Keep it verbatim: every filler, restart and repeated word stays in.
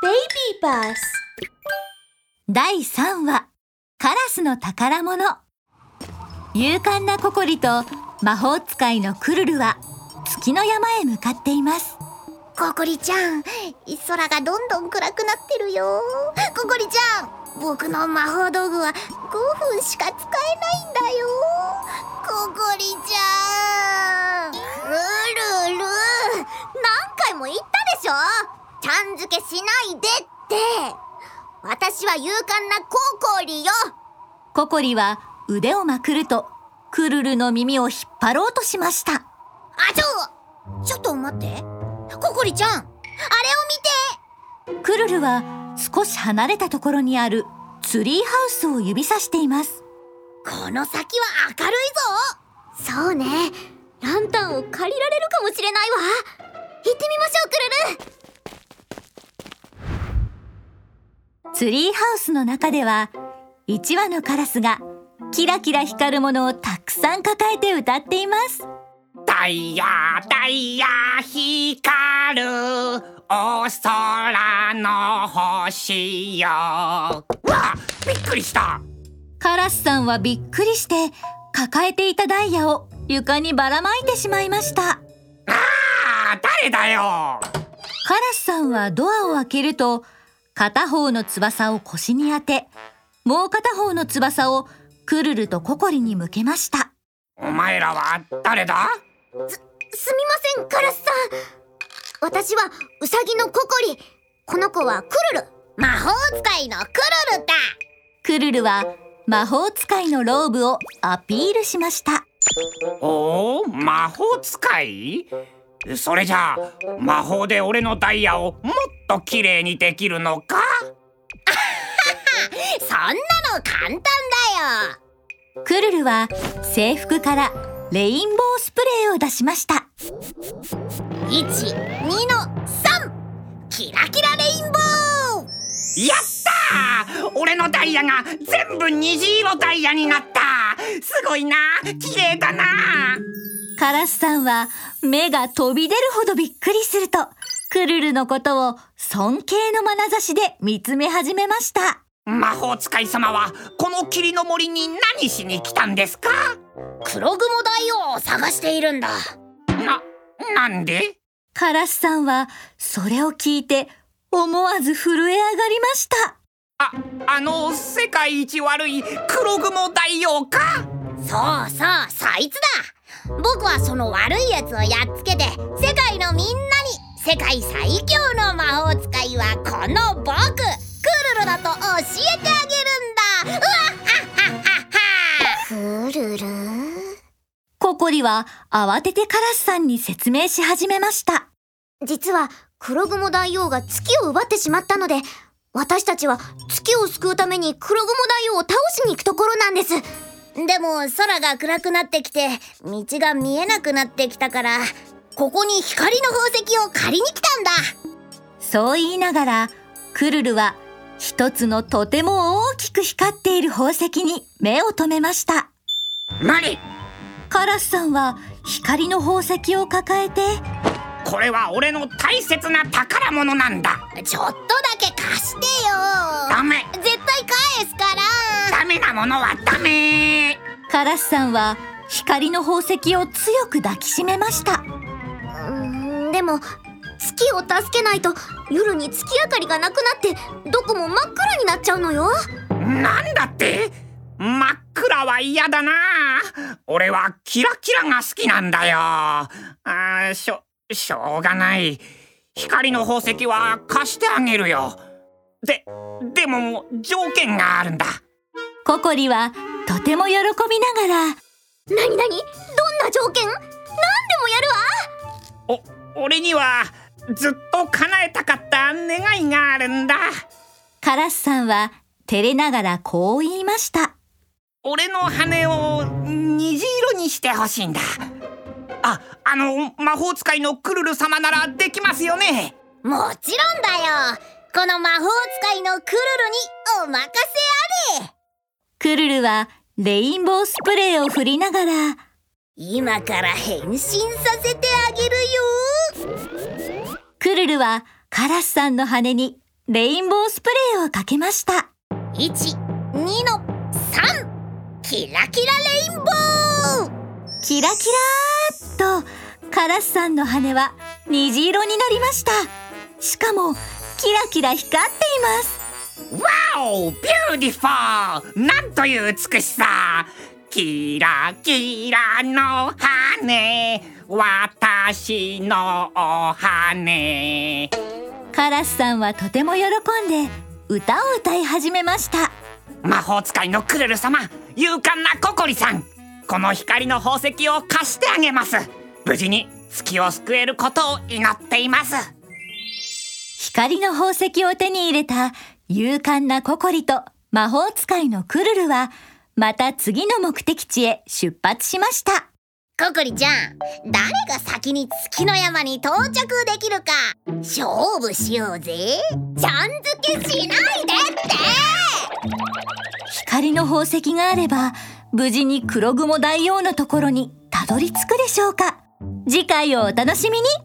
ベイビーバスだいさんわ、カラスの宝物。勇敢なココリと魔法使いのクルルは月の山へ向かっています。 ココリちゃん、空がどんどん暗くなってるよ。ココリちゃん、僕の魔法道具はごふんしか使えないんだよ。ココリちゃん、クルル、何回も言ったでしょ、ちゃん付けしないでって。私は勇敢なココリよ。 ココリは腕をまくるとクルルの耳を引っ張ろうとしました。 あちょちょっと待って、ココリちゃん、あれを見て。 クルルは少し離れたところにあるツリーハウスを指さしています。 この先は明るいぞ。そうね、ランタンを借りられるかもしれないわ。行ってみましょう、クルル。 ツリーハウスの中ではいちわのカラスがキラキラ光るものをたくさん抱えて歌っています。 ダイヤダイヤ光るお空の星よ。わあ、びっくりした。 カラスさんはびっくりして抱えていたダイヤを床にばらまいてしまいました。 ああ、誰だよ。 カラスさんはドアを開けると片方の翼を腰に当て、もう片方の翼をクルルとココリに向けました。 お前らは誰だ？ す、すみません、カラスさん。私はウサギのココリ。この子はクルル、魔法使いのクルルだ。 クルルは魔法使いのローブをアピールしました。 おお、魔法使い？それじゃあ魔法で俺のダイヤをもっと綺麗にできるのか？ そんなの簡単だよ。 クルルは制服からレインボースプレーを出しました。 いち、にのさん、キラキラレインボー。 やったー！俺のダイヤが全部虹色ダイヤになった。すごいな、綺麗だな。 カラスさんは目が飛び出るほどびっくりすると、クルルのことを尊敬の眼差しで見つめ始めました。 魔法使い様はこの霧の森に何しに来たんですか？ 黒雲大王を探しているんだ。 な、なんで？ カラスさんはそれを聞いて思わず震え上がりました。 あ、あの世界一悪い黒雲大王か？ そうそう、そいつだ。僕はその悪いやつをやっつけて世界のみんなに世界最強の魔法使いはこの僕、クルルだと教えてあげるんだ。うわっはっはっはっは。クルル？ ココリは慌ててカラスさんに説明し始めました。 実は黒雲大王が月を奪ってしまったので、私たちは月を救うために黒雲大王を倒しに行くところなんです。でも空が暗くなってきて道が見えなくなってきたから、ここに光の宝石を借りに来たんだ。 そう言いながらクルルは一つのとても大きく光っている宝石に目を留めました。 何？ カラスさんは光の宝石を抱えて、 これは俺の大切な宝物なんだ。 ちょっとだけ貸してよ。 ダメ。 絶対返すから。 ダメなものはダメ。 カラスさんは光の宝石を強く抱きしめました。 うーん、でも月を助けないと夜に月明かりがなくなってどこも真っ暗になっちゃうのよ。 なんだって？真っ暗は嫌だな。俺はキラキラが好きなんだよ。あー、しょしょうがない。光の宝石は貸してあげるよ。で、でも条件があるんだ。 ココリはとても喜びながら、 なになに？どんな条件？何でもやるわ。 お、俺にはずっと叶えたかった願いがあるんだ。 カラスさんは照れながらこう言いました。 俺の羽を虹色にしてほしいんだ。あ、あの魔法使いのクルル様ならできますよね？ もちろんだよ。この魔法使いのクルルにお任せあれ。 クルルはレインボースプレーを振りながら、 今から変身させてあげるよ。 クルルはカラスさんの羽にレインボースプレーをかけました。 いち、にのさん、キラキラレインボー。 キラキラーっとカラスさんの羽は虹色になりました。しかもキラキラ光っています。 わお、ビューティフォー、なんという美しさ。キラキラの羽、私のお羽。 カラスさんはとても喜んで歌を歌い始めました。 魔法使いのクルル様、勇敢なココリさん、この光の宝石を貸してあげます。無事に月を救えることを祈っています。 光の宝石を手に入れた勇敢なココリと魔法使いのクルルはまた次の目的地へ出発しました。 ココリちゃん、誰が先に月の山に到着できるか勝負しようぜ。ちゃん付けしないでって。 光の宝石があれば無事に黒雲大王のところにたどり着くでしょうか。次回をお楽しみに。